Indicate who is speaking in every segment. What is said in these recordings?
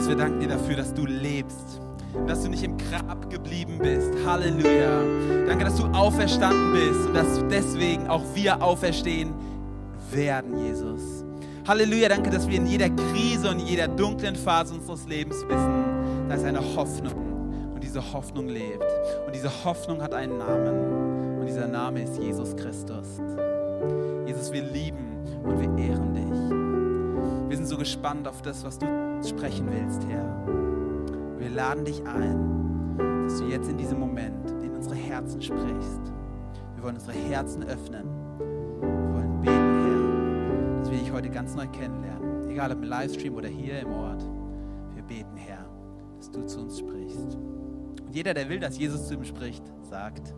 Speaker 1: Jesus, wir danken dir dafür, dass du lebst, dass du nicht im Grab geblieben bist. Halleluja. Danke, dass du auferstanden bist und dass deswegen auch wir auferstehen werden, Jesus. Halleluja, danke, dass wir in jeder Krise und in jeder dunklen Phase unseres Lebens wissen, da ist eine Hoffnung und diese Hoffnung lebt. Und diese Hoffnung hat einen Namen und dieser Name ist Jesus Christus. Jesus, wir lieben und wir ehren dich. Wir sind so gespannt auf das, was du sprechen willst, Herr. Wir laden dich ein, dass du jetzt in diesem Moment in unsere Herzen sprichst. Wir wollen unsere Herzen öffnen. Wir wollen beten, Herr, dass wir dich heute ganz neu kennenlernen. Egal ob im Livestream oder hier im Ort. Wir beten, Herr, dass du zu uns sprichst. Und jeder, der will, dass Jesus zu ihm spricht, sagt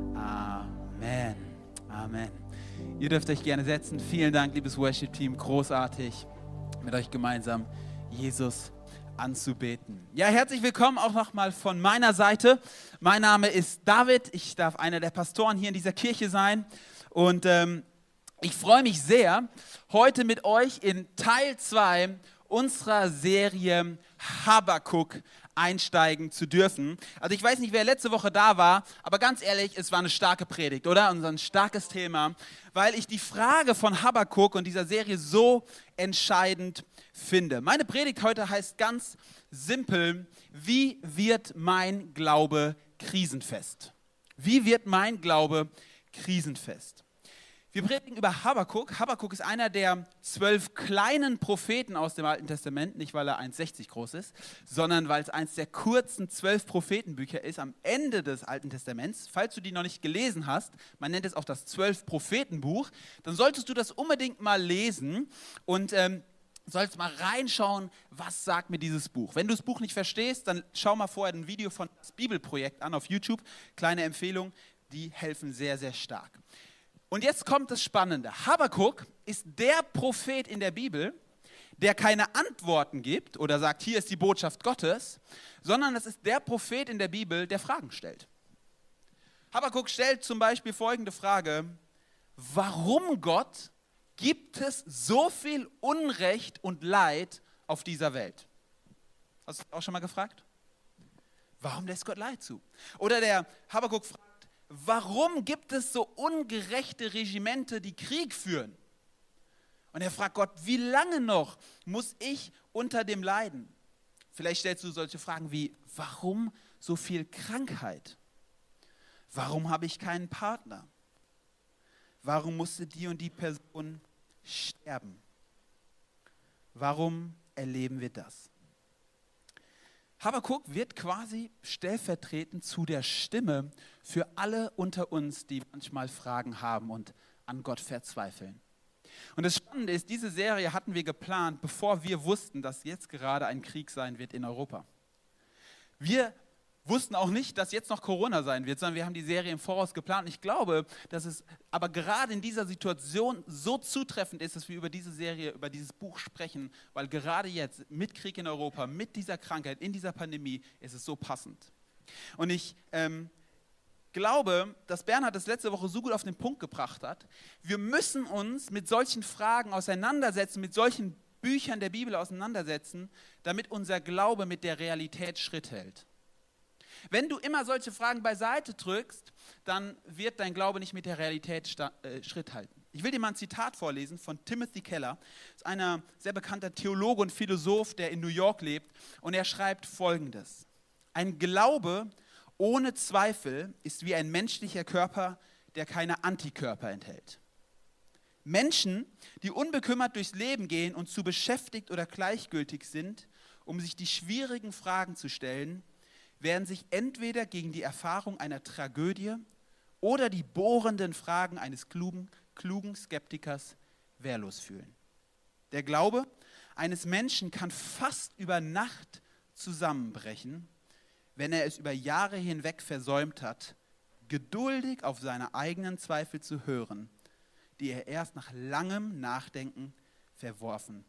Speaker 1: Amen. Amen. Ihr dürft euch gerne setzen. Vielen Dank, liebes Worship-Team. Großartig, mit euch gemeinsam Jesus anzubeten. Ja, herzlich willkommen auch nochmal von meiner Seite. Mein Name ist David. Ich darf einer der Pastoren hier in dieser Kirche sein. Und ich freue mich sehr, heute mit euch in Teil 2 unserer Serie Habakuk einsteigen zu dürfen. Also ich weiß nicht, wer letzte Woche da war, aber ganz ehrlich, es war eine starke Predigt, oder? Und ein starkes Thema, weil ich die Frage von Habakuk und dieser Serie so entscheidend finde. Meine Predigt heute heißt ganz simpel: Wie wird mein Glaube krisenfest? Wie wird mein Glaube krisenfest? Wir predigen über Habakuk. Habakuk ist einer der 12 kleinen Propheten aus dem Alten Testament, nicht weil er 1,60 groß ist, sondern weil es eines der kurzen 12 Prophetenbücher ist am Ende des Alten Testaments. Falls du die noch nicht gelesen hast, man nennt es auch das 12-Prophetenbuch, dann solltest du das unbedingt mal lesen und sollst mal reinschauen, was sagt mir dieses Buch. Wenn du das Buch nicht verstehst, dann schau mal vorher ein Video von das Bibelprojekt an auf YouTube. Kleine Empfehlung, die helfen sehr, sehr stark. Und jetzt kommt das Spannende. Habakuk ist der Prophet in der Bibel, der keine Antworten gibt oder sagt, hier ist die Botschaft Gottes, sondern es ist der Prophet in der Bibel, der Fragen stellt. Habakuk stellt zum Beispiel folgende Frage: Warum, Gott, gibt es so viel Unrecht und Leid auf dieser Welt? Hast du das auch schon mal gefragt? Warum lässt Gott Leid zu? Oder der Habakuk fragt: Warum gibt es so ungerechte Regimente, die Krieg führen? Und er fragt Gott: Wie lange noch muss ich unter dem leiden? Vielleicht stellst du solche Fragen wie: Warum so viel Krankheit? Warum habe ich keinen Partner? Warum musste die und die Person sterben? Warum erleben wir das? Habakuk wird quasi stellvertretend zu der Stimme für alle unter uns, die manchmal Fragen haben und an Gott verzweifeln. Und das Spannende ist, diese Serie hatten wir geplant, bevor wir wussten, dass jetzt gerade ein Krieg sein wird in Europa. Wir wussten auch nicht, dass jetzt noch Corona sein wird, sondern wir haben die Serie im Voraus geplant. Und ich glaube, dass es aber gerade in dieser Situation so zutreffend ist, dass wir über diese Serie, über dieses Buch sprechen, weil gerade jetzt mit Krieg in Europa, mit dieser Krankheit, in dieser Pandemie, ist es so passend. Und ich glaube, dass Bernhard das letzte Woche so gut auf den Punkt gebracht hat. Wir müssen uns mit solchen Fragen auseinandersetzen, mit solchen Büchern der Bibel auseinandersetzen, damit unser Glaube mit der Realität Schritt hält. Wenn du immer solche Fragen beiseite drückst, dann wird dein Glaube nicht mit der Realität Schritt halten. Ich will dir mal ein Zitat vorlesen von Timothy Keller. Das ist einer sehr bekannter Theologe und Philosoph, der in New York lebt. Und er schreibt Folgendes: Ein Glaube ohne Zweifel ist wie ein menschlicher Körper, der keine Antikörper enthält. Menschen, die unbekümmert durchs Leben gehen und zu beschäftigt oder gleichgültig sind, um sich die schwierigen Fragen zu stellen, werden sich entweder gegen die Erfahrung einer Tragödie oder die bohrenden Fragen eines klugen Skeptikers wehrlos fühlen. Der Glaube eines Menschen kann fast über Nacht zusammenbrechen, wenn er es über Jahre hinweg versäumt hat, geduldig auf seine eigenen Zweifel zu hören, die erst nach langem Nachdenken verworfen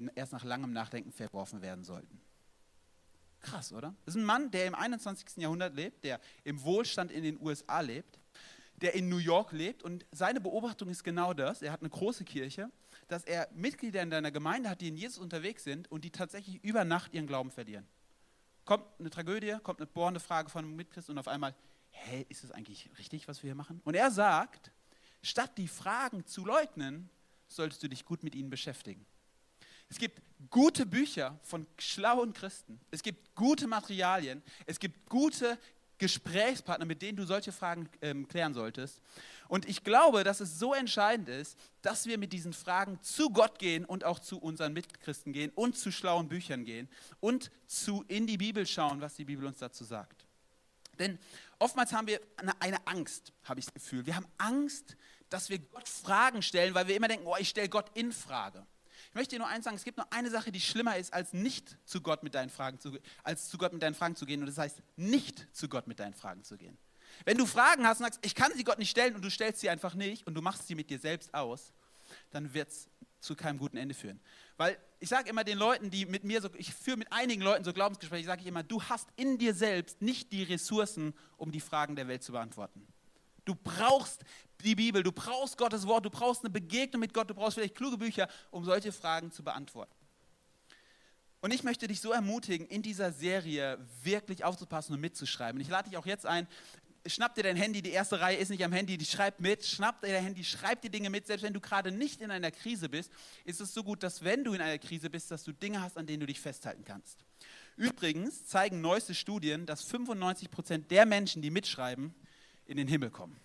Speaker 1: werden sollten. Krass, oder? Das ist ein Mann, der im 21. Jahrhundert lebt, der im Wohlstand in den USA lebt, der in New York lebt, und seine Beobachtung ist genau das. Er hat eine große Kirche, dass er Mitglieder in deiner Gemeinde hat, die in Jesus unterwegs sind und die tatsächlich über Nacht ihren Glauben verlieren. Kommt eine Tragödie, kommt eine bohrende Frage von einem Mitchrist und auf einmal, hey, ist das eigentlich richtig, was wir hier machen? Und er sagt, statt die Fragen zu leugnen, solltest du dich gut mit ihnen beschäftigen. Es gibt gute Bücher von schlauen Christen, es gibt gute Materialien, es gibt gute Gesprächspartner, mit denen du solche Fragen klären solltest. Und ich glaube, dass es so entscheidend ist, dass wir mit diesen Fragen zu Gott gehen und auch zu unseren Mitchristen gehen und zu schlauen Büchern gehen und in die Bibel schauen, was die Bibel uns dazu sagt. Denn oftmals haben wir eine Angst, habe ich das Gefühl. Wir haben Angst, dass wir Gott Fragen stellen, weil wir immer denken, oh, ich stelle Gott in Frage. Ich möchte dir nur eins sagen, es gibt nur eine Sache, die schlimmer ist, als nicht zu Gott mit deinen Fragen zu gehen. Und das heißt, nicht zu Gott mit deinen Fragen zu gehen. Wenn du Fragen hast und sagst, ich kann sie Gott nicht stellen und du stellst sie einfach nicht und du machst sie mit dir selbst aus, dann wird es zu keinem guten Ende führen. Weil ich sage immer den Leuten, ich führe mit einigen Leuten so Glaubensgespräche, sage ich immer, du hast in dir selbst nicht die Ressourcen, um die Fragen der Welt zu beantworten. Du brauchst die Bibel, du brauchst Gottes Wort, du brauchst eine Begegnung mit Gott, du brauchst vielleicht kluge Bücher, um solche Fragen zu beantworten. Und ich möchte dich so ermutigen, in dieser Serie wirklich aufzupassen und mitzuschreiben. Ich lade dich auch jetzt ein, schnapp dir dein Handy, die erste Reihe ist nicht am Handy, die schreibt mit, schnapp dir dein Handy, schreib dir Dinge mit. Selbst wenn du gerade nicht in einer Krise bist, ist es so gut, dass wenn du in einer Krise bist, dass du Dinge hast, an denen du dich festhalten kannst. Übrigens zeigen neueste Studien, dass 95% der Menschen, die mitschreiben, in den Himmel kommen.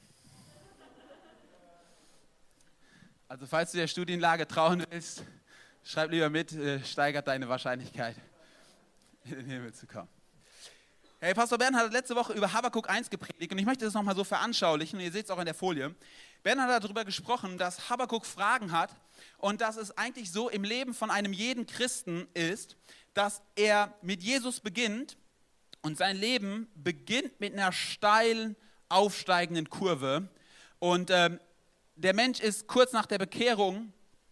Speaker 1: Also falls du der Studienlage trauen willst, schreib lieber mit, steigert deine Wahrscheinlichkeit, in den Himmel zu kommen. Hey, Pastor Bernhard hat letzte Woche über Habakuk 1 gepredigt und ich möchte das nochmal so veranschaulichen und ihr seht es auch in der Folie. Bernhard hat darüber gesprochen, dass Habakuk Fragen hat und dass es eigentlich so im Leben von einem jeden Christen ist, dass er mit Jesus beginnt und sein Leben beginnt mit einer steilen, aufsteigenden Kurve und der Mensch ist kurz nach der Bekehrung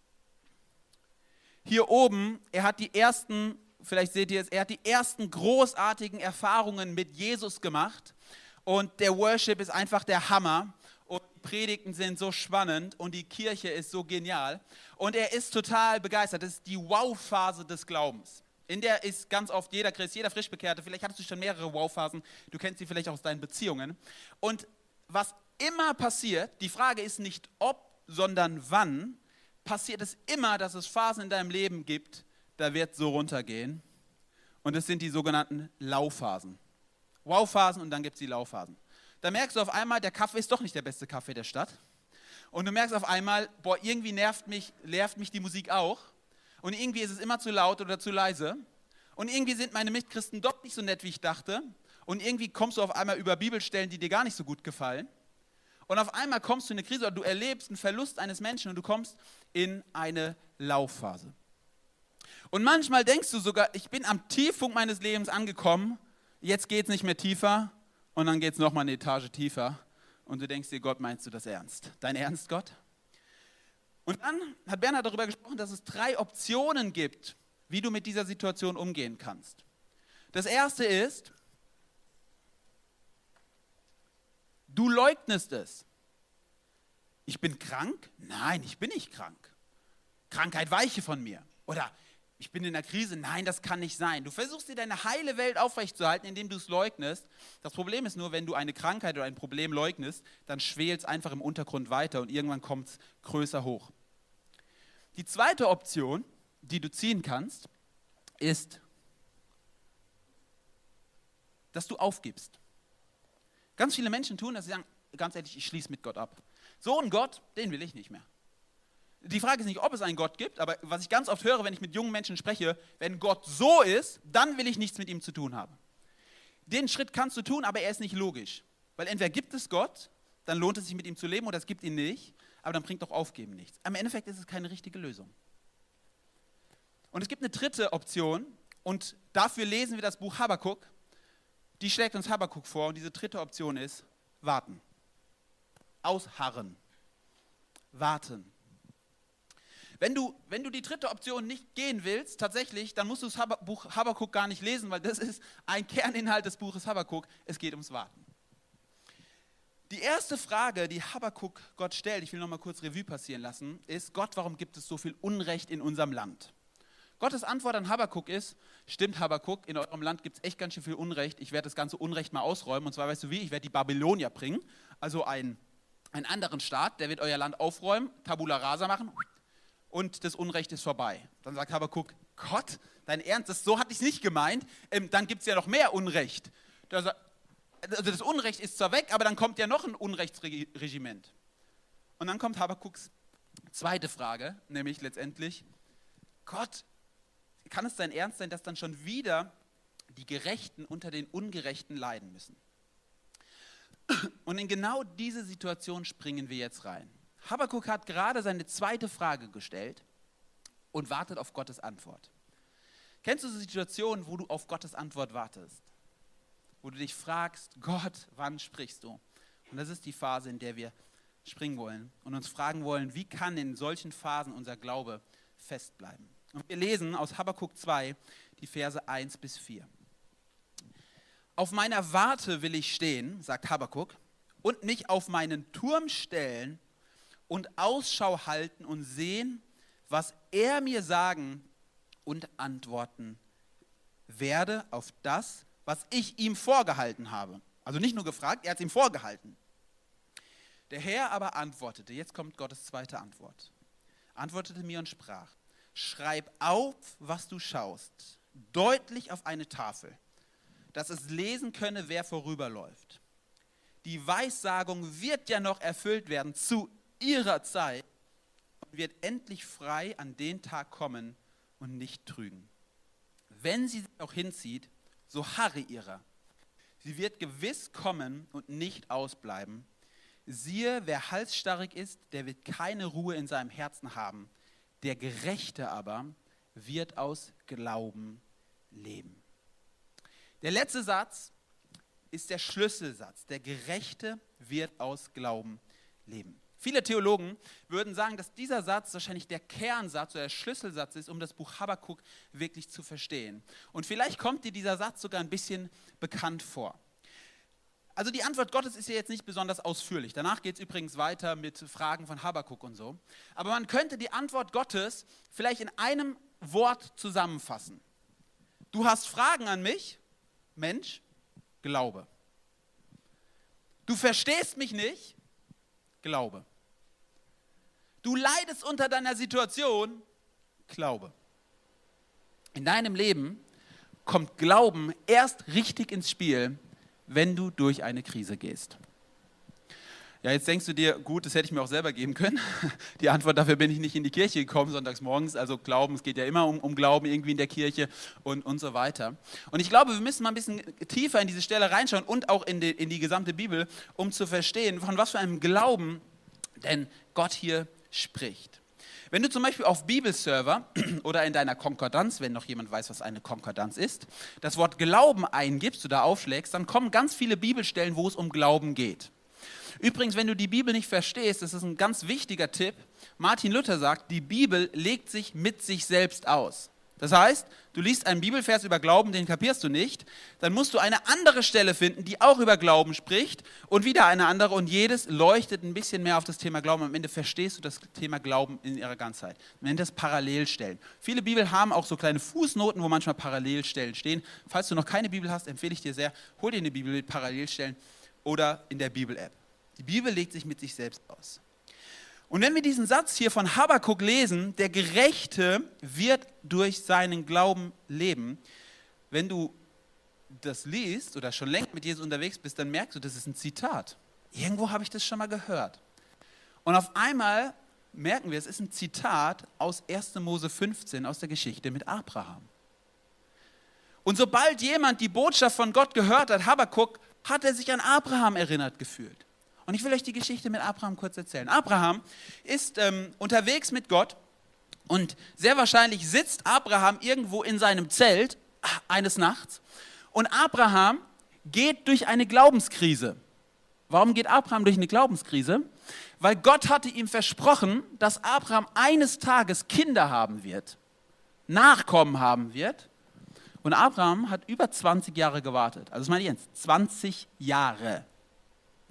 Speaker 1: hier oben, er hat die ersten, vielleicht seht ihr es, er hat die ersten großartigen Erfahrungen mit Jesus gemacht und der Worship ist einfach der Hammer und die Predigten sind so spannend und die Kirche ist so genial und er ist total begeistert. Das ist die Wow-Phase des Glaubens. In der ist ganz oft jeder Christ, jeder Frischbekehrte, vielleicht hattest du schon mehrere Wow-Phasen, du kennst sie vielleicht auch aus deinen Beziehungen. Und was immer passiert, die Frage ist nicht ob, sondern wann, passiert es immer, dass es Phasen in deinem Leben gibt, da wird so runtergehen. Und das sind die sogenannten Laufphasen. Wow-Phasen und dann gibt es die Laufphasen. Da merkst du auf einmal, der Kaffee ist doch nicht der beste Kaffee der Stadt. Und du merkst auf einmal, boah, irgendwie nervt mich die Musik auch. Und irgendwie ist es immer zu laut oder zu leise. Und irgendwie sind meine Mitchristen doch nicht so nett, wie ich dachte. Und irgendwie kommst du auf einmal über Bibelstellen, die dir gar nicht so gut gefallen. Und auf einmal kommst du in eine Krise oder du erlebst einen Verlust eines Menschen und du kommst in eine Laufphase. Und manchmal denkst du sogar, ich bin am Tiefpunkt meines Lebens angekommen, jetzt geht es nicht mehr tiefer und dann geht es nochmal eine Etage tiefer. Und du denkst dir, Gott, meinst du das ernst? Dein Ernst, Gott? Und dann hat Bernhard darüber gesprochen, dass es 3 Optionen gibt, wie du mit dieser Situation umgehen kannst. Das erste ist, du leugnest es. Ich bin krank? Nein, ich bin nicht krank. Krankheit weiche von mir. Oder ich bin in einer Krise? Nein, das kann nicht sein. Du versuchst dir deine heile Welt aufrechtzuerhalten, indem du es leugnest. Das Problem ist nur, wenn du eine Krankheit oder ein Problem leugnest, dann schwelt es einfach im Untergrund weiter und irgendwann kommt es größer hoch. Die zweite Option, die du ziehen kannst, ist, dass du aufgibst. Ganz viele Menschen tun das, sie sagen, ganz ehrlich, ich schließe mit Gott ab. So einen Gott, den will ich nicht mehr. Die Frage ist nicht, ob es einen Gott gibt, aber was ich ganz oft höre, wenn ich mit jungen Menschen spreche, wenn Gott so ist, dann will ich nichts mit ihm zu tun haben. Den Schritt kannst du tun, aber er ist nicht logisch. Weil entweder gibt es Gott, dann lohnt es sich mit ihm zu leben, oder es gibt ihn nicht, aber dann bringt doch Aufgeben nichts. Am Endeffekt ist es keine richtige Lösung. Und es gibt eine dritte Option und dafür lesen wir das Buch Habakuk. Die schlägt uns Habakuk vor und diese dritte Option ist warten. Ausharren. Warten. Wenn du die dritte Option nicht gehen willst, tatsächlich, dann musst du das Buch Habakuk gar nicht lesen, weil das ist ein Kerninhalt des Buches Habakuk. Es geht ums Warten. Die erste Frage, die Habakuk Gott stellt, ich will noch mal kurz Revue passieren lassen, ist: Gott, warum gibt es so viel Unrecht in unserem Land? Gottes Antwort an Habakuk ist: Stimmt, Habakuk, in eurem Land gibt es echt ganz schön viel Unrecht. Ich werde das ganze Unrecht mal ausräumen. Und zwar, weißt du wie, ich werde die Babylonier bringen, also einen anderen Staat, der wird euer Land aufräumen, Tabula rasa machen und das Unrecht ist vorbei. Dann sagt Habakuk: Gott, dein Ernst, so hatte ich es nicht gemeint, dann gibt es ja noch mehr Unrecht. Also das Unrecht ist zwar weg, aber dann kommt ja noch ein Unrechtsregiment. Und dann kommt Habakuks zweite Frage, nämlich letztendlich: Gott, kann es dein Ernst sein, dass dann schon wieder die Gerechten unter den Ungerechten leiden müssen? Und in genau diese Situation springen wir jetzt rein. Habakuk hat gerade seine zweite Frage gestellt und wartet auf Gottes Antwort. Kennst du so Situationen, wo du auf Gottes Antwort wartest? Wo du dich fragst: Gott, wann sprichst du? Und das ist die Phase, in der wir springen wollen und uns fragen wollen, wie kann in solchen Phasen unser Glaube festbleiben? Und wir lesen aus Habakuk 2 die Verse 1 bis 4. Auf meiner Warte will ich stehen, sagt Habakuk, und mich auf meinen Turm stellen und Ausschau halten und sehen, was er mir sagen und antworten werde auf das, was ich ihm vorgehalten habe. Also nicht nur gefragt, er hat es ihm vorgehalten. Der Herr aber antwortete, jetzt kommt Gottes zweite Antwort, antwortete mir und sprach: Schreib auf, was du schaust, deutlich auf eine Tafel, dass es lesen könne, wer vorüberläuft. Die Weissagung wird ja noch erfüllt werden zu ihrer Zeit und wird endlich frei an den Tag kommen und nicht trügen. Wenn sie sich auch hinzieht, so harre ihrer. Sie wird gewiss kommen und nicht ausbleiben. Siehe, wer halsstarrig ist, der wird keine Ruhe in seinem Herzen haben. Der Gerechte aber wird aus Glauben leben. Der letzte Satz ist der Schlüsselsatz. Der Gerechte wird aus Glauben leben. Viele Theologen würden sagen, dass dieser Satz wahrscheinlich der Kernsatz oder der Schlüsselsatz ist, um das Buch Habakuk wirklich zu verstehen. Und vielleicht kommt dir dieser Satz sogar ein bisschen bekannt vor. Also die Antwort Gottes ist ja jetzt nicht besonders ausführlich. Danach geht es übrigens weiter mit Fragen von Habakuk und so. Aber man könnte die Antwort Gottes vielleicht in einem Wort zusammenfassen. Du hast Fragen an mich, Mensch, Glaube. Du verstehst mich nicht, Glaube. Du leidest unter deiner Situation, Glaube. In deinem Leben kommt Glauben erst richtig ins Spiel, wenn du durch eine Krise gehst. Ja, jetzt denkst du dir, gut, das hätte ich mir auch selber geben können. Die Antwort dafür: bin ich nicht in die Kirche gekommen sonntags morgens. Also Glauben, es geht ja immer um Glauben irgendwie in der Kirche und so weiter. Und ich glaube, wir müssen mal ein bisschen tiefer in diese Stelle reinschauen und auch in die gesamte Bibel, um zu verstehen, von was für einem Glauben denn Gott hier spricht. Wenn du zum Beispiel auf Bibelserver oder in deiner Konkordanz, wenn noch jemand weiß, was eine Konkordanz ist, das Wort Glauben eingibst oder aufschlägst, dann kommen ganz viele Bibelstellen, wo es um Glauben geht. Übrigens, wenn du die Bibel nicht verstehst, das ist ein ganz wichtiger Tipp. Martin Luther sagt, die Bibel legt sich mit sich selbst aus. Das heißt, du liest einen Bibelvers über Glauben, den kapierst du nicht, dann musst du eine andere Stelle finden, die auch über Glauben spricht und wieder eine andere und jedes leuchtet ein bisschen mehr auf das Thema Glauben. Am Ende verstehst du das Thema Glauben in ihrer Ganzheit. Man nennt das Parallelstellen. Viele Bibel haben auch so kleine Fußnoten, wo manchmal Parallelstellen stehen. Falls du noch keine Bibel hast, empfehle ich dir sehr, hol dir eine Bibel mit Parallelstellen oder in der Bibel-App. Die Bibel legt sich mit sich selbst aus. Und wenn wir diesen Satz hier von Habakuk lesen, der Gerechte wird durch seinen Glauben leben, wenn du das liest oder schon länger mit Jesus unterwegs bist, dann merkst du, das ist ein Zitat. Irgendwo habe ich das schon mal gehört. Und auf einmal merken wir, es ist ein Zitat aus 1. Mose 15, aus der Geschichte mit Abraham. Und sobald jemand die Botschaft von Gott gehört hat, Habakuk, hat er sich an Abraham erinnert gefühlt. Und ich will euch die Geschichte mit Abraham kurz erzählen. Abraham ist unterwegs mit Gott und sehr wahrscheinlich sitzt Abraham irgendwo in seinem Zelt eines Nachts und Abraham geht durch eine Glaubenskrise. Warum geht Abraham durch eine Glaubenskrise? Weil Gott hatte ihm versprochen, dass Abraham eines Tages Kinder haben wird, Nachkommen haben wird. Und Abraham hat über 20 Jahre gewartet. Also das meine ich jetzt, 20 Jahre.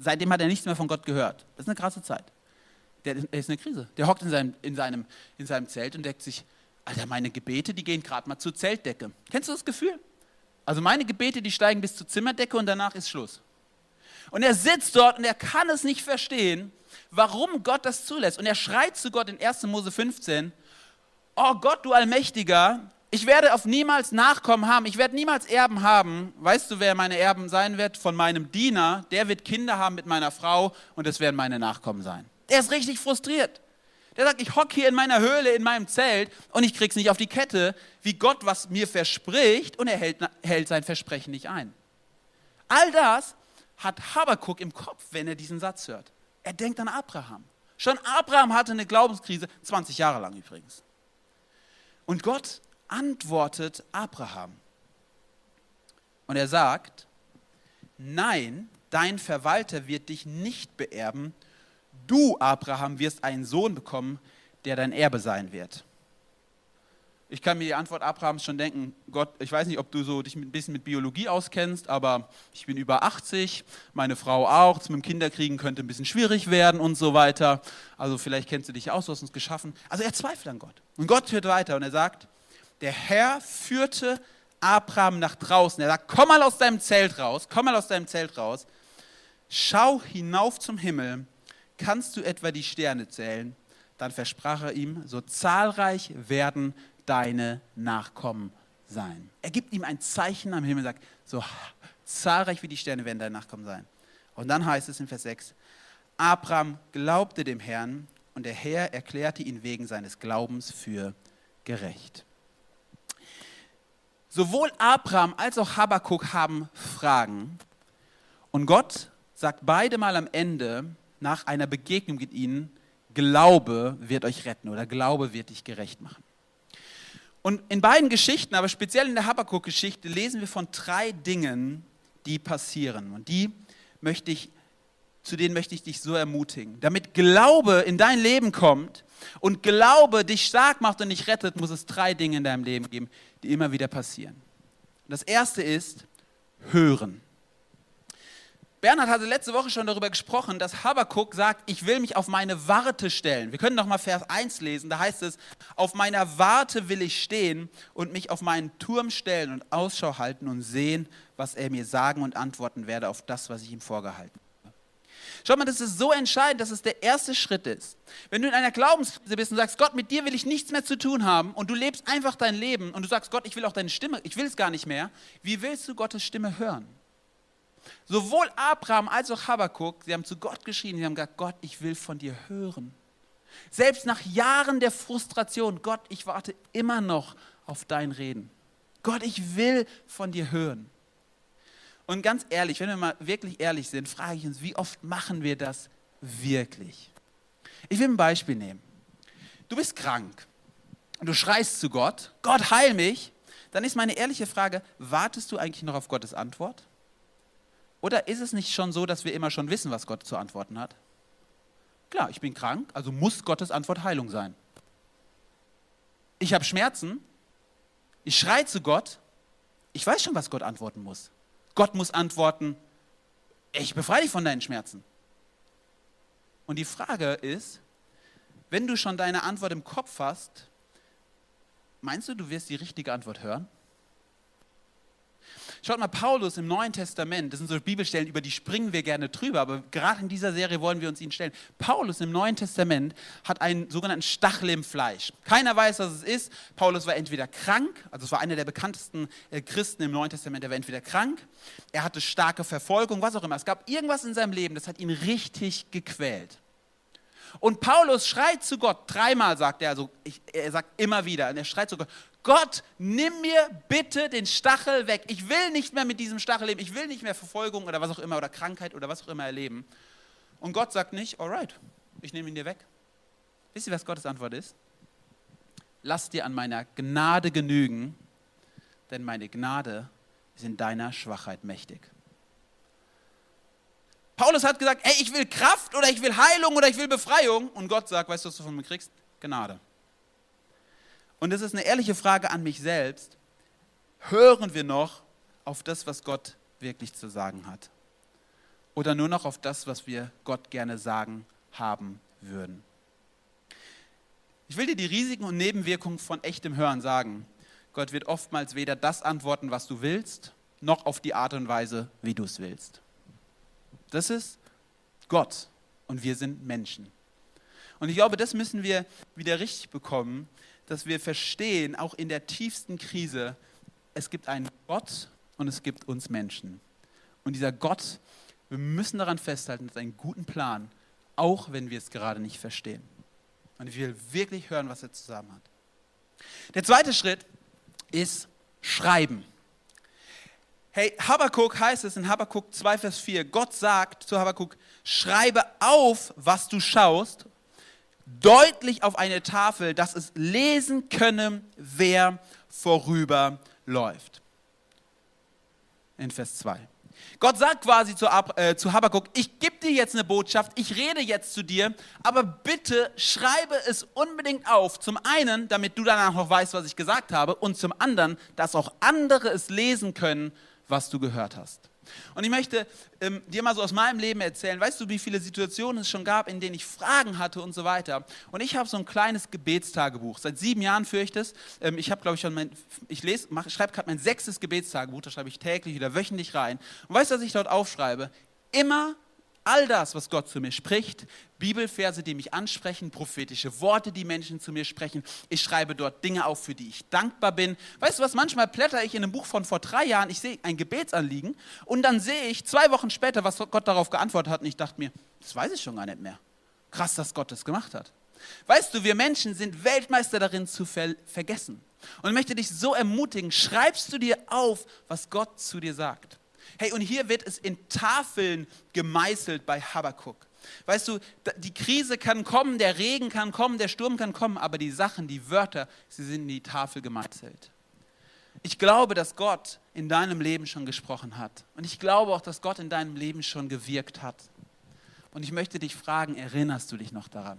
Speaker 1: seitdem hat er nichts mehr von Gott gehört. Das ist eine krasse Zeit. Der ist in einer Krise. Der hockt in seinem Zelt und denkt sich, Alter, meine Gebete, die gehen gerade mal zur Zeltdecke. Kennst du das Gefühl? Also meine Gebete, die steigen bis zur Zimmerdecke und danach ist Schluss. Und er sitzt dort und er kann es nicht verstehen, warum Gott das zulässt. Und er schreit zu Gott in 1. Mose 15, oh Gott, du Allmächtiger, ich werde auf niemals Nachkommen haben, ich werde niemals Erben haben. Weißt du, wer meine Erben sein wird? Von meinem Diener, der wird Kinder haben mit meiner Frau und das werden meine Nachkommen sein. Der ist richtig frustriert. Der sagt, ich hocke hier in meiner Höhle, in meinem Zelt und ich krieg's nicht auf die Kette, wie Gott was mir verspricht und er hält sein Versprechen nicht ein. All das hat Habakuk im Kopf, wenn er diesen Satz hört. Er denkt an Abraham. Schon Abraham hatte eine Glaubenskrise, 20 Jahre lang übrigens. Und Gott antwortet Abraham. Und er sagt, nein, dein Verwalter wird dich nicht beerben. Du, Abraham, wirst einen Sohn bekommen, der dein Erbe sein wird. Ich kann mir die Antwort Abrahams schon denken, Gott, ich weiß nicht, ob du dich ein bisschen mit Biologie auskennst, aber ich bin über 80, meine Frau auch, das mit dem Kinderkriegen könnte ein bisschen schwierig werden und so weiter. Also vielleicht kennst du dich aus, du hast uns geschaffen. Also er zweifelt an Gott. Und Gott hört weiter und er sagt, der Herr führte Abraham nach draußen. Er sagt, komm mal aus deinem Zelt raus, schau hinauf zum Himmel, kannst du etwa die Sterne zählen? Dann versprach er ihm, so zahlreich werden deine Nachkommen sein. Er gibt ihm ein Zeichen am Himmel, sagt, so zahlreich wie die Sterne werden deine Nachkommen sein. Und dann heißt es in Vers 6, Abraham glaubte dem Herrn und der Herr erklärte ihn wegen seines Glaubens für gerecht. Sowohl Abraham als auch Habakuk haben Fragen und Gott sagt beide mal am Ende, nach einer Begegnung mit ihnen, Glaube wird euch retten oder Glaube wird dich gerecht machen. Und in beiden Geschichten, aber speziell in der Habakuk-Geschichte, lesen wir von 3 Dingen, die passieren. Und zu denen möchte ich dich so ermutigen. Damit Glaube in dein Leben kommt und Glaube dich stark macht und dich rettet, muss es 3 Dinge in deinem Leben geben, die immer wieder passieren. Und das erste ist Hören. Bernhard hatte letzte Woche schon darüber gesprochen, dass Habakuk sagt, ich will mich auf meine Warte stellen. Wir können noch mal Vers 1 lesen, da heißt es, auf meiner Warte will ich stehen und mich auf meinen Turm stellen und Ausschau halten und sehen, was er mir sagen und antworten werde auf das, was ich ihm vorgehalten habe. Schau mal, das ist so entscheidend, dass es der erste Schritt ist. Wenn du in einer Glaubenskrise bist und sagst, Gott, mit dir will ich nichts mehr zu tun haben und du lebst einfach dein Leben und du sagst, Gott, ich will auch deine Stimme, ich will es gar nicht mehr, wie willst du Gottes Stimme hören? Sowohl Abraham als auch Habakuk, sie haben zu Gott geschrien, sie haben gesagt, Gott, ich will von dir hören. Selbst nach Jahren der Frustration, Gott, ich warte immer noch auf dein Reden. Gott, ich will von dir hören. Und ganz ehrlich, wenn wir mal wirklich ehrlich sind, frage ich uns, wie oft machen wir das wirklich? Ich will ein Beispiel nehmen. Du bist krank und du schreist zu Gott, Gott, heil mich. Dann ist meine ehrliche Frage, wartest du eigentlich noch auf Gottes Antwort? Oder ist es nicht schon so, dass wir immer schon wissen, was Gott zu antworten hat? Klar, ich bin krank, also muss Gottes Antwort Heilung sein. Ich habe Schmerzen, ich schreie zu Gott, ich weiß schon, was Gott antworten muss. Gott muss antworten, ich befreie dich von deinen Schmerzen. Und die Frage ist, wenn du schon deine Antwort im Kopf hast, meinst du, du wirst die richtige Antwort hören? Schaut mal, Paulus im Neuen Testament, das sind so Bibelstellen, über die springen wir gerne drüber, aber gerade in dieser Serie wollen wir uns ihnen stellen. Paulus im Neuen Testament hat einen sogenannten Stachel im Fleisch. Keiner weiß, was es ist. Paulus war entweder krank, also es war einer der bekanntesten Christen im Neuen Testament, der war entweder krank, er hatte starke Verfolgung, was auch immer. Es gab irgendwas in seinem Leben, das hat ihn richtig gequält. Und Paulus schreit zu Gott, 3-mal sagt er, also er sagt immer wieder, und er schreit zu Gott, Gott, nimm mir bitte den Stachel weg. Ich will nicht mehr mit diesem Stachel leben. Ich will nicht mehr Verfolgung oder was auch immer oder Krankheit oder was auch immer erleben. Und Gott sagt nicht, alright, ich nehme ihn dir weg. Wisst ihr, was Gottes Antwort ist? Lass dir an meiner Gnade genügen, denn meine Gnade ist in deiner Schwachheit mächtig. Paulus hat gesagt, ey, ich will Kraft oder ich will Heilung oder ich will Befreiung. Und Gott sagt, weißt du, was du von mir kriegst? Gnade. Und das ist eine ehrliche Frage an mich selbst. Hören wir noch auf das, was Gott wirklich zu sagen hat? oder nur noch auf das, was wir Gott gerne sagen haben würden? Ich will dir die Risiken und Nebenwirkungen von echtem Hören sagen. Gott wird oftmals weder das antworten, was du willst, noch auf die Art und Weise, wie du es willst. Das ist Gott und wir sind Menschen. Und ich glaube, das müssen wir wieder richtig bekommen, dass wir verstehen, auch in der tiefsten Krise, es gibt einen Gott und es gibt uns Menschen. Und dieser Gott, wir müssen daran festhalten, hat einen guten Plan, auch wenn wir es gerade nicht verstehen. Und ich will wirklich hören, was er zusammen hat. Der zweite Schritt ist Schreiben. Hey, Habakuk heißt es in Habakuk 2, Vers 4, Gott sagt zu Habakuk, schreibe auf, was du schaust, deutlich auf eine Tafel, dass es lesen könne, wer vorüberläuft. In Vers 2. Gott sagt quasi zu Habakuk, ich gebe dir jetzt eine Botschaft, ich rede jetzt zu dir, aber bitte schreibe es unbedingt auf. Zum einen, damit du danach noch weißt, was ich gesagt habe, und zum anderen, dass auch andere es lesen können, was du gehört hast. Und ich möchte dir mal so aus meinem Leben erzählen, weißt du, wie viele Situationen es schon gab, in denen ich Fragen hatte und so weiter. Und ich habe so ein kleines Gebetstagebuch. Seit 7 Jahren führe ich das. Ich habe, glaube ich, schon schreibe gerade mein 6. Gebetstagebuch, da schreibe ich täglich oder wöchentlich rein. Und weißt du, was ich dort aufschreibe? Immer all das, was Gott zu mir spricht, Bibelverse, die mich ansprechen, prophetische Worte, die Menschen zu mir sprechen. Ich schreibe dort Dinge auf, für die ich dankbar bin. Weißt du was, manchmal blätter ich in einem Buch von vor 3 Jahren, ich sehe ein Gebetsanliegen und dann sehe ich 2 Wochen später, was Gott darauf geantwortet hat und ich dachte mir, das weiß ich schon gar nicht mehr. Krass, dass Gott das gemacht hat. Weißt du, wir Menschen sind Weltmeister darin zu vergessen. Und ich möchte dich so ermutigen, schreibst du dir auf, was Gott zu dir sagt. Hey, und hier wird es in Tafeln gemeißelt bei Habakuk. Weißt du, die Krise kann kommen, der Regen kann kommen, der Sturm kann kommen, aber die Sachen, die Wörter, sie sind in die Tafel gemeißelt. Ich glaube, dass Gott in deinem Leben schon gesprochen hat. Und ich glaube auch, dass Gott in deinem Leben schon gewirkt hat. Und ich möchte dich fragen, erinnerst du dich noch daran?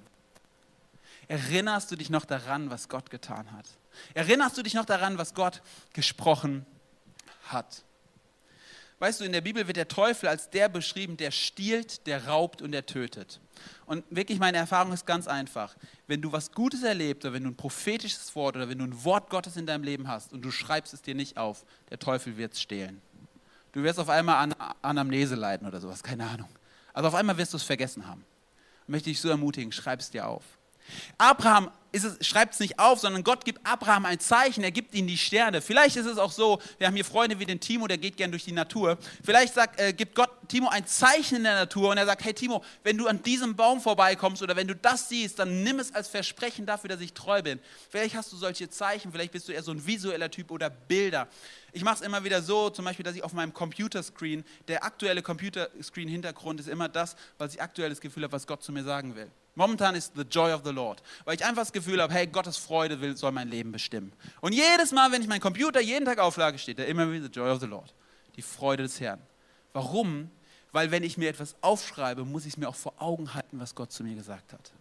Speaker 1: Erinnerst du dich noch daran, was Gott getan hat? Erinnerst du dich noch daran, was Gott gesprochen hat? Weißt du, in der Bibel wird der Teufel als der beschrieben, der stiehlt, der raubt und der tötet. Und wirklich, meine Erfahrung ist ganz einfach. Wenn du was Gutes erlebst oder wenn du ein prophetisches Wort oder wenn du ein Wort Gottes in deinem Leben hast und du schreibst es dir nicht auf, der Teufel wird es stehlen. Du wirst auf einmal an Anamnese leiden oder sowas, keine Ahnung. Also auf einmal wirst du es vergessen haben. Ich möchte dich so ermutigen, schreib es dir auf. Abraham schreibt es nicht auf, sondern Gott gibt Abraham ein Zeichen, er gibt ihm die Sterne. Vielleicht ist es auch so, wir haben hier Freunde wie den Timo, der geht gern durch die Natur. Vielleicht gibt Gott Timo ein Zeichen in der Natur und er sagt, hey Timo, wenn du an diesem Baum vorbeikommst oder wenn du das siehst, dann nimm es als Versprechen dafür, dass ich treu bin. Vielleicht hast du solche Zeichen, vielleicht bist du eher so ein visueller Typ oder Bilder. Ich mache es immer wieder so, zum Beispiel, dass ich auf meinem Computerscreen, der aktuelle Computerscreen-Hintergrund ist immer das, was ich aktuell das Gefühl habe, was Gott zu mir sagen will. Momentan ist the joy of the Lord, weil ich einfach das Gefühl habe, hey, Gottes Freude soll mein Leben bestimmen. Und jedes Mal, wenn ich meinen Computer jeden Tag auflage, steht da immer wieder the joy of the Lord, die Freude des Herrn. Warum? Weil wenn ich mir etwas aufschreibe, muss ich es mir auch vor Augen halten, was Gott zu mir gesagt hat.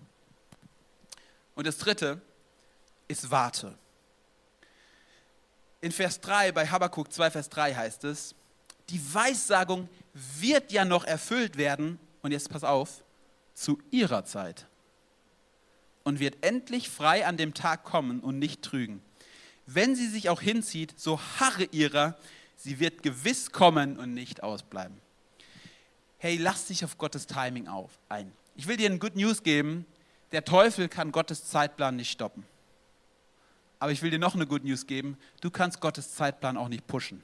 Speaker 1: Und das dritte ist warte. In Vers 3, bei Habakuk 2, Vers 3 heißt es, die Weissagung wird ja noch erfüllt werden, und jetzt pass auf, zu ihrer Zeit und wird endlich frei an dem Tag kommen und nicht trügen. Wenn sie sich auch hinzieht, so harre ihrer, sie wird gewiss kommen und nicht ausbleiben. Hey, lass dich auf Gottes Timing ein. Ich will dir eine Good News geben, der Teufel kann Gottes Zeitplan nicht stoppen. Aber ich will dir noch eine Good News geben, du kannst Gottes Zeitplan auch nicht pushen.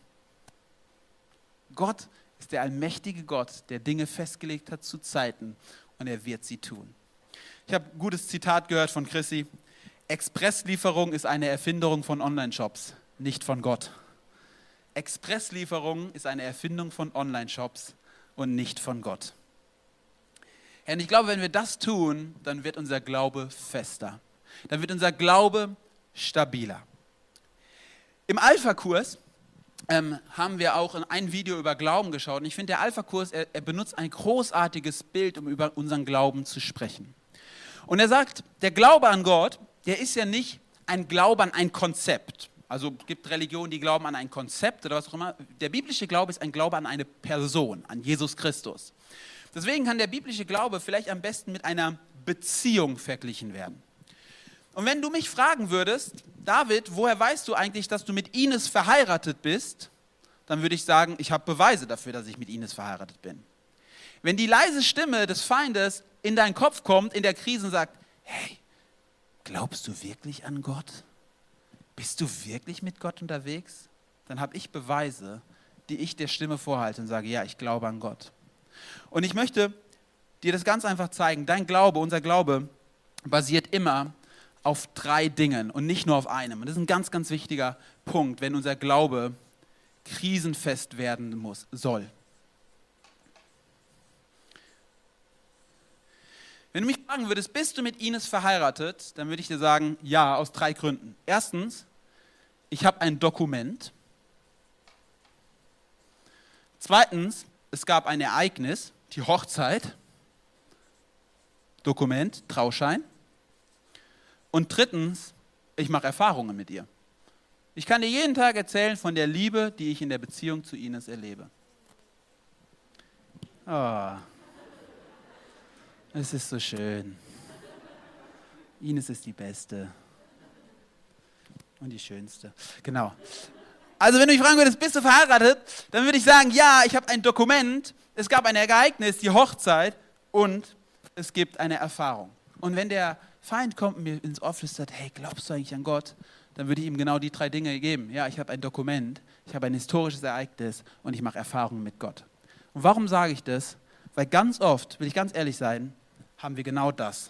Speaker 1: Gott ist der allmächtige Gott, der Dinge festgelegt hat zu Zeiten und er wird sie tun. Ich habe ein gutes Zitat gehört von Chrissy. Expresslieferung ist eine Erfindung von Online-Shops, nicht von Gott. Expresslieferung ist eine Erfindung von Online-Shops und nicht von Gott. Und ich glaube, wenn wir das tun, dann wird unser Glaube fester. Dann wird unser Glaube stabiler. Im Alpha-Kurs haben wir auch ein Video über Glauben geschaut. Und ich finde, der Alpha-Kurs, er benutzt ein großartiges Bild, um über unseren Glauben zu sprechen. Und er sagt, der Glaube an Gott, der ist ja nicht ein Glaube an ein Konzept. Also es gibt Religionen, die glauben an ein Konzept oder was auch immer. Der biblische Glaube ist ein Glaube an eine Person, an Jesus Christus. Deswegen kann der biblische Glaube vielleicht am besten mit einer Beziehung verglichen werden. Und wenn du mich fragen würdest, David, woher weißt du eigentlich, dass du mit Ines verheiratet bist? Dann würde ich sagen, ich habe Beweise dafür, dass ich mit Ines verheiratet bin. Wenn die leise Stimme des Feindes in deinen Kopf kommt, in der Krise und sagt, hey, glaubst du wirklich an Gott? Bist du wirklich mit Gott unterwegs? Dann habe ich Beweise, die ich der Stimme vorhalte und sage, ja, ich glaube an Gott. Und ich möchte dir das ganz einfach zeigen. Dein Glaube, unser Glaube, basiert immer auf 3 Dingen und nicht nur auf einem. Und das ist ein ganz, ganz wichtiger Punkt, wenn unser Glaube krisenfest werden soll. Wenn du mich fragen würdest, bist du mit Ines verheiratet, dann würde ich dir sagen, ja, aus 3 Gründen. Erstens, ich habe ein Dokument. Zweitens, es gab ein Ereignis, die Hochzeit, Dokument, Trauschein. Und drittens, ich mache Erfahrungen mit ihr. Ich kann dir jeden Tag erzählen von der Liebe, die ich in der Beziehung zu Ines erlebe. Oh, es ist so schön. Ines ist die Beste. Und die Schönste. Genau. Also wenn du mich fragen würdest, bist du verheiratet? Dann würde ich sagen, ja, ich habe ein Dokument, es gab ein Ereignis, die Hochzeit und es gibt eine Erfahrung. Und wenn der Feind kommt und mir ins Ohr flüstert, hey, glaubst du eigentlich an Gott? Dann würde ich ihm genau die 3 Dinge geben. Ja, ich habe ein Dokument, ich habe ein historisches Ereignis und ich mache Erfahrungen mit Gott. Und warum sage ich das? Weil ganz oft, will ich ganz ehrlich sein, haben wir genau das.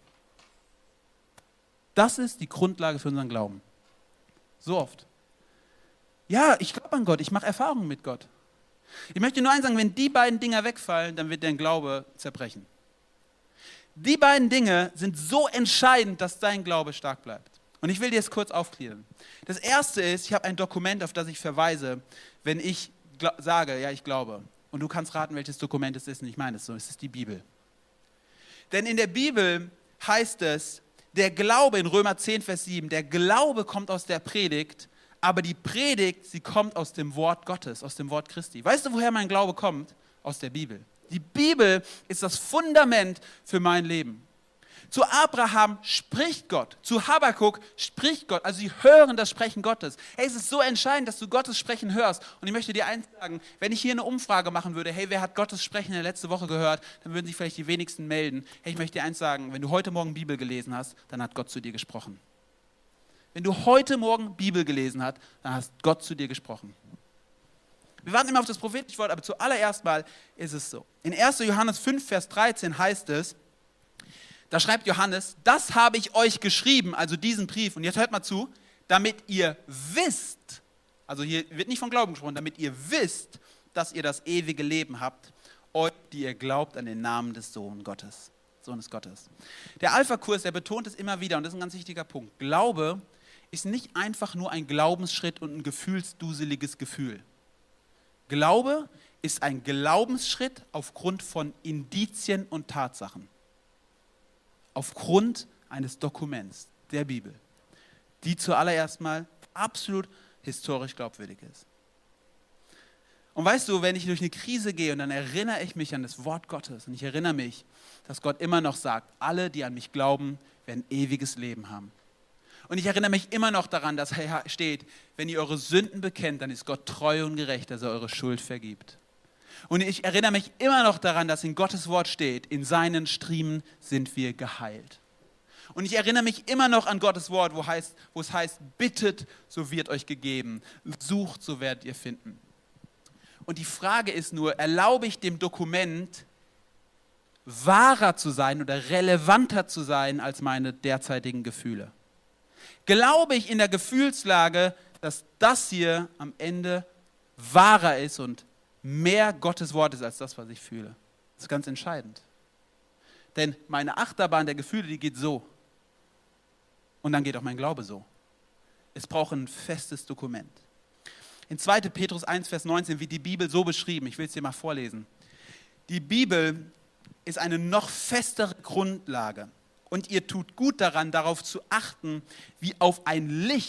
Speaker 1: Das ist die Grundlage für unseren Glauben. So oft. Ja, ich glaube an Gott, ich mache Erfahrungen mit Gott. Ich möchte nur eins sagen, wenn die beiden Dinger wegfallen, dann wird dein Glaube zerbrechen. Die beiden Dinge sind so entscheidend, dass dein Glaube stark bleibt. Und ich will dir es kurz aufklären. Das erste ist, ich habe ein Dokument, auf das ich verweise, wenn ich sage, ja, ich glaube. Und du kannst raten, welches Dokument es ist. Und ich meine es so, es ist die Bibel. Denn in der Bibel heißt es, der Glaube in Römer 10, Vers 7, der Glaube kommt aus der Predigt, aber die Predigt, sie kommt aus dem Wort Gottes, aus dem Wort Christi. Weißt du, woher mein Glaube kommt? Aus der Bibel. Die Bibel ist das Fundament für mein Leben. Zu Abraham spricht Gott, zu Habakuk spricht Gott, also sie hören das Sprechen Gottes. Hey, es ist so entscheidend, dass du Gottes Sprechen hörst. Und ich möchte dir eins sagen, wenn ich hier eine Umfrage machen würde, hey, wer hat Gottes Sprechen in der letzten Woche gehört, dann würden sich vielleicht die wenigsten melden. Hey, ich möchte dir eins sagen, wenn du heute Morgen Bibel gelesen hast, dann hat Gott zu dir gesprochen. Wenn du heute Morgen Bibel gelesen hast, dann hat Gott zu dir gesprochen. Wir warten immer auf das prophetische Wort, aber zuallererst mal ist es so. In 1. Johannes 5, Vers 13 heißt es, da schreibt Johannes, das habe ich euch geschrieben, also diesen Brief, und jetzt hört mal zu, damit ihr wisst, also hier wird nicht von Glauben gesprochen, damit ihr wisst, dass ihr das ewige Leben habt, euch, die ihr glaubt an den Namen des Sohnes Gottes. Der Alpha-Kurs, der betont es immer wieder, und das ist ein ganz wichtiger Punkt. Glaube ist nicht einfach nur ein Glaubensschritt und ein gefühlsduseliges Gefühl. Glaube ist ein Glaubensschritt aufgrund von Indizien und Tatsachen. Aufgrund eines Dokuments, der Bibel, die zuallererst mal absolut historisch glaubwürdig ist. Und weißt du, wenn ich durch eine Krise gehe und dann erinnere ich mich an das Wort Gottes und ich erinnere mich, dass Gott immer noch sagt, alle, die an mich glauben, werden ewiges Leben haben. Und ich erinnere mich immer noch daran, dass steht, wenn ihr eure Sünden bekennt, dann ist Gott treu und gerecht, dass er eure Schuld vergibt. Und ich erinnere mich immer noch daran, dass in Gottes Wort steht, in seinen Striemen sind wir geheilt. Und ich erinnere mich immer noch an Gottes Wort, wo es heißt, bittet, so wird euch gegeben, sucht, so werdet ihr finden. Und die Frage ist nur, erlaube ich dem Dokument, wahrer zu sein oder relevanter zu sein als meine derzeitigen Gefühle? Glaube ich in der Gefühlslage, dass das hier am Ende wahrer ist und mehr Gottes Wort ist als das, was ich fühle? Das ist ganz entscheidend. Denn meine Achterbahn der Gefühle, die geht so. Und dann geht auch mein Glaube so. Es braucht ein festes Dokument. In 2. Petrus 1, Vers 19 wird die Bibel so beschrieben. Ich will es dir mal vorlesen. Die Bibel ist eine noch festere Grundlage. Und ihr tut gut daran, darauf zu achten, wie auf ein Licht,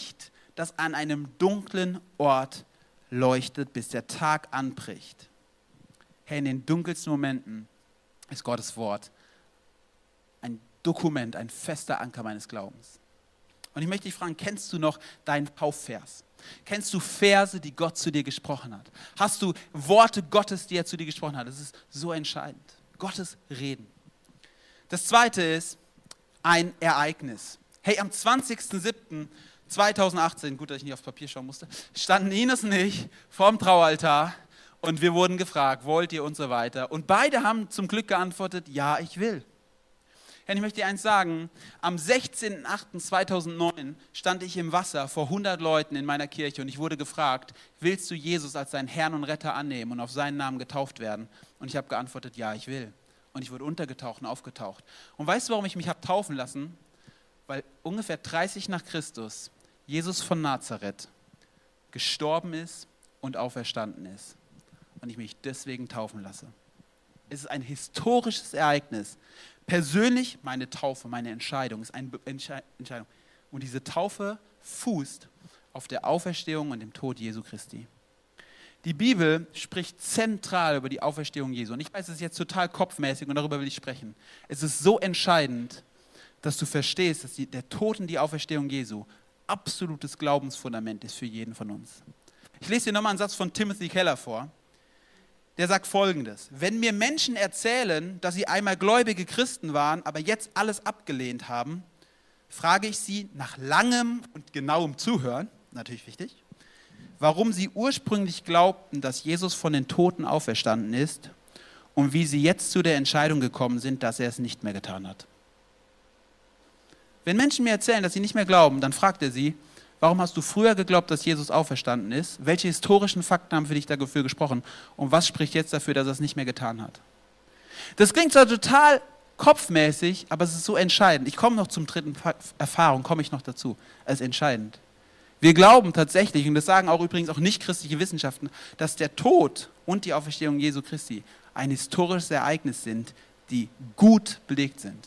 Speaker 1: das an einem dunklen Ort leuchtet, bis der Tag anbricht. Hey, in den dunkelsten Momenten ist Gottes Wort ein Dokument, ein fester Anker meines Glaubens. Und ich möchte dich fragen, kennst du noch deinen Taufvers? Kennst du Verse, die Gott zu dir gesprochen hat? Hast du Worte Gottes, die er zu dir gesprochen hat? Das ist so entscheidend. Gottes Reden. Das zweite ist ein Ereignis. Hey, am 20.07.2018, gut, dass ich nicht aufs Papier schauen musste, standen Ines und ich vorm Traualtar und wir wurden gefragt, wollt ihr und so weiter. Und beide haben zum Glück geantwortet, ja, ich will. Hey, ich möchte dir eins sagen, am 16.08.2009 stand ich im Wasser vor 100 Leuten in meiner Kirche und ich wurde gefragt, willst du Jesus als deinen Herrn und Retter annehmen und auf seinen Namen getauft werden? Und ich habe geantwortet, ja, ich will. Und ich wurde untergetaucht und aufgetaucht. Und weißt du, warum ich mich habe taufen lassen? Weil ungefähr 30 nach Christus Jesus von Nazareth gestorben ist und auferstanden ist. Und ich mich deswegen taufen lasse. Es ist ein historisches Ereignis. Persönlich meine Taufe, meine Entscheidung ist eine Entscheidung. Und diese Taufe fußt auf der Auferstehung und dem Tod Jesu Christi. Die Bibel spricht zentral über die Auferstehung Jesu. Und ich weiß, es ist jetzt total kopfmäßig und darüber will ich sprechen. Es ist so entscheidend, dass du verstehst, dass der Tod und die Auferstehung Jesu absolutes Glaubensfundament ist für jeden von uns. Ich lese dir nochmal einen Satz von Timothy Keller vor. Der sagt Folgendes: Wenn mir Menschen erzählen, dass sie einmal gläubige Christen waren, aber jetzt alles abgelehnt haben, frage ich sie nach langem und genauem Zuhören, natürlich wichtig, warum sie ursprünglich glaubten, dass Jesus von den Toten auferstanden ist und wie sie jetzt zu der Entscheidung gekommen sind, dass er es nicht mehr getan hat. Wenn Menschen mir erzählen, dass sie nicht mehr glauben, dann fragt er sie, warum hast du früher geglaubt, dass Jesus auferstanden ist? Welche historischen Fakten haben für dich dafür gesprochen? Und was spricht jetzt dafür, dass er es nicht mehr getan hat? Das klingt zwar total kopfmäßig, aber es ist so entscheidend. Ich komme noch zum dritten Erfahrung, komme ich noch dazu. Es ist entscheidend. Wir glauben tatsächlich, und das sagen auch übrigens auch nichtchristliche Wissenschaften, dass der Tod und die Auferstehung Jesu Christi ein historisches Ereignis sind, die gut belegt sind.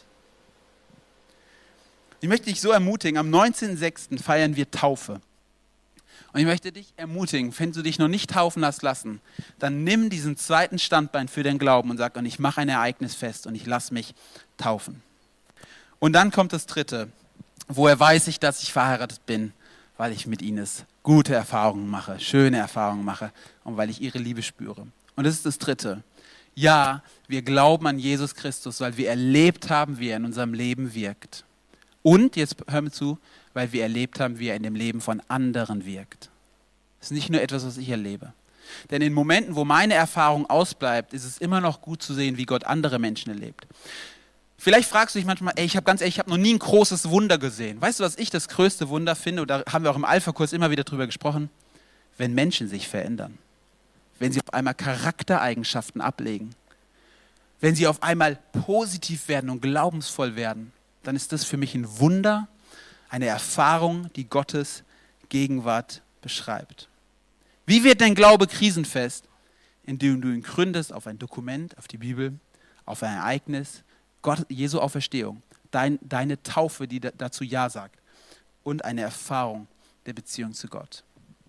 Speaker 1: Ich möchte dich so ermutigen, am 19.06. feiern wir Taufe. Und ich möchte dich ermutigen, wenn du dich noch nicht taufen hast lassen, dann nimm diesen zweiten Standbein für den Glauben und sag, und ich mache ein Ereignis fest und ich lasse mich taufen. Und dann kommt das dritte, woher weiß ich, dass ich verheiratet bin? Weil ich mit Ines gute Erfahrungen mache, schöne Erfahrungen mache und weil ich ihre Liebe spüre. Und das ist das dritte. Ja, wir glauben an Jesus Christus, weil wir erlebt haben, wie er in unserem Leben wirkt. Und, jetzt hör mir zu, weil wir erlebt haben, wie er in dem Leben von anderen wirkt. Das ist nicht nur etwas, was ich erlebe. Denn in Momenten, wo meine Erfahrung ausbleibt, ist es immer noch gut zu sehen, wie Gott andere Menschen erlebt. Vielleicht fragst du dich manchmal, ich habe noch nie ein großes Wunder gesehen. Weißt du, was ich das größte Wunder finde? Und da haben wir auch im Alpha-Kurs immer wieder drüber gesprochen. Wenn Menschen sich verändern. Wenn sie auf einmal Charaktereigenschaften ablegen. Wenn sie auf einmal positiv werden und glaubensvoll werden. Dann ist das für mich ein Wunder, eine Erfahrung, die Gottes Gegenwart beschreibt. Wie wird dein Glaube krisenfest? Indem du ihn gründest auf ein Dokument, auf die Bibel, auf ein Ereignis, Jesu Auferstehung, deine Taufe, die dazu Ja sagt und eine Erfahrung der Beziehung zu Gott.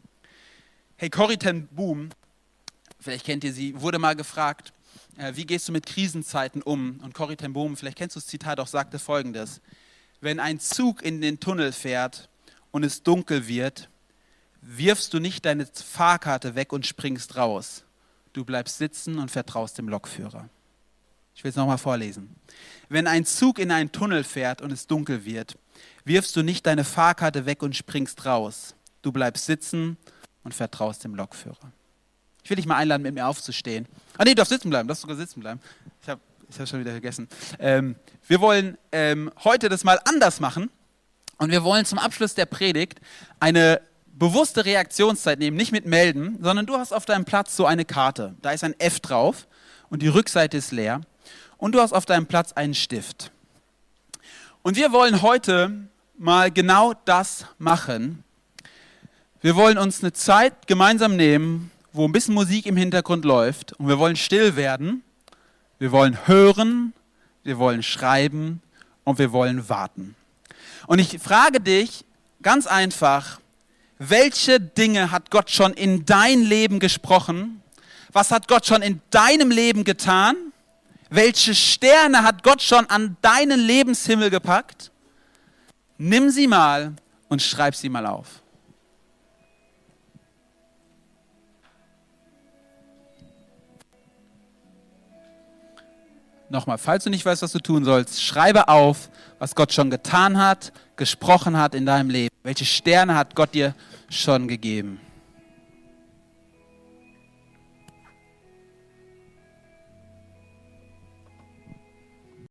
Speaker 1: Hey, Corrie ten Boom, vielleicht kennt ihr sie, wurde mal gefragt, wie gehst du mit Krisenzeiten um? Und Corrie ten Boom, vielleicht kennst du das Zitat auch, sagte Folgendes: Wenn ein Zug in den Tunnel fährt und es dunkel wird, wirfst du nicht deine Fahrkarte weg und springst raus. Du bleibst sitzen und vertraust dem Lokführer. Ich will es nochmal vorlesen. Wenn ein Zug in einen Tunnel fährt und es dunkel wird, wirfst du nicht deine Fahrkarte weg und springst raus. Du bleibst sitzen und vertraust dem Lokführer. Ich will dich mal einladen, mit mir aufzustehen. Du darfst sitzen bleiben, darfst sogar sitzen bleiben. Ich habe schon wieder vergessen. Wir wollen heute das mal anders machen und wir wollen zum Abschluss der Predigt eine bewusste Reaktionszeit nehmen, nicht mit melden, sondern du hast auf deinem Platz so eine Karte. Da ist ein F drauf und die Rückseite ist leer und du hast auf deinem Platz einen Stift. Und wir wollen heute mal genau das machen. Wir wollen uns eine Zeit gemeinsam nehmen, wo ein bisschen Musik im Hintergrund läuft und wir wollen still werden, wir wollen hören, wir wollen schreiben und wir wollen warten. Und ich frage dich ganz einfach, Welche Dinge hat Gott schon in dein Leben gesprochen? Was hat Gott schon in deinem Leben getan? Welche Sterne hat Gott schon an deinen Lebenshimmel gepackt? Nimm sie mal und schreib sie mal auf. Nochmal, falls du nicht weißt, was du tun sollst, schreibe auf, was Gott schon getan hat, gesprochen hat in deinem Leben. Welche Sterne hat Gott dir schon gegeben?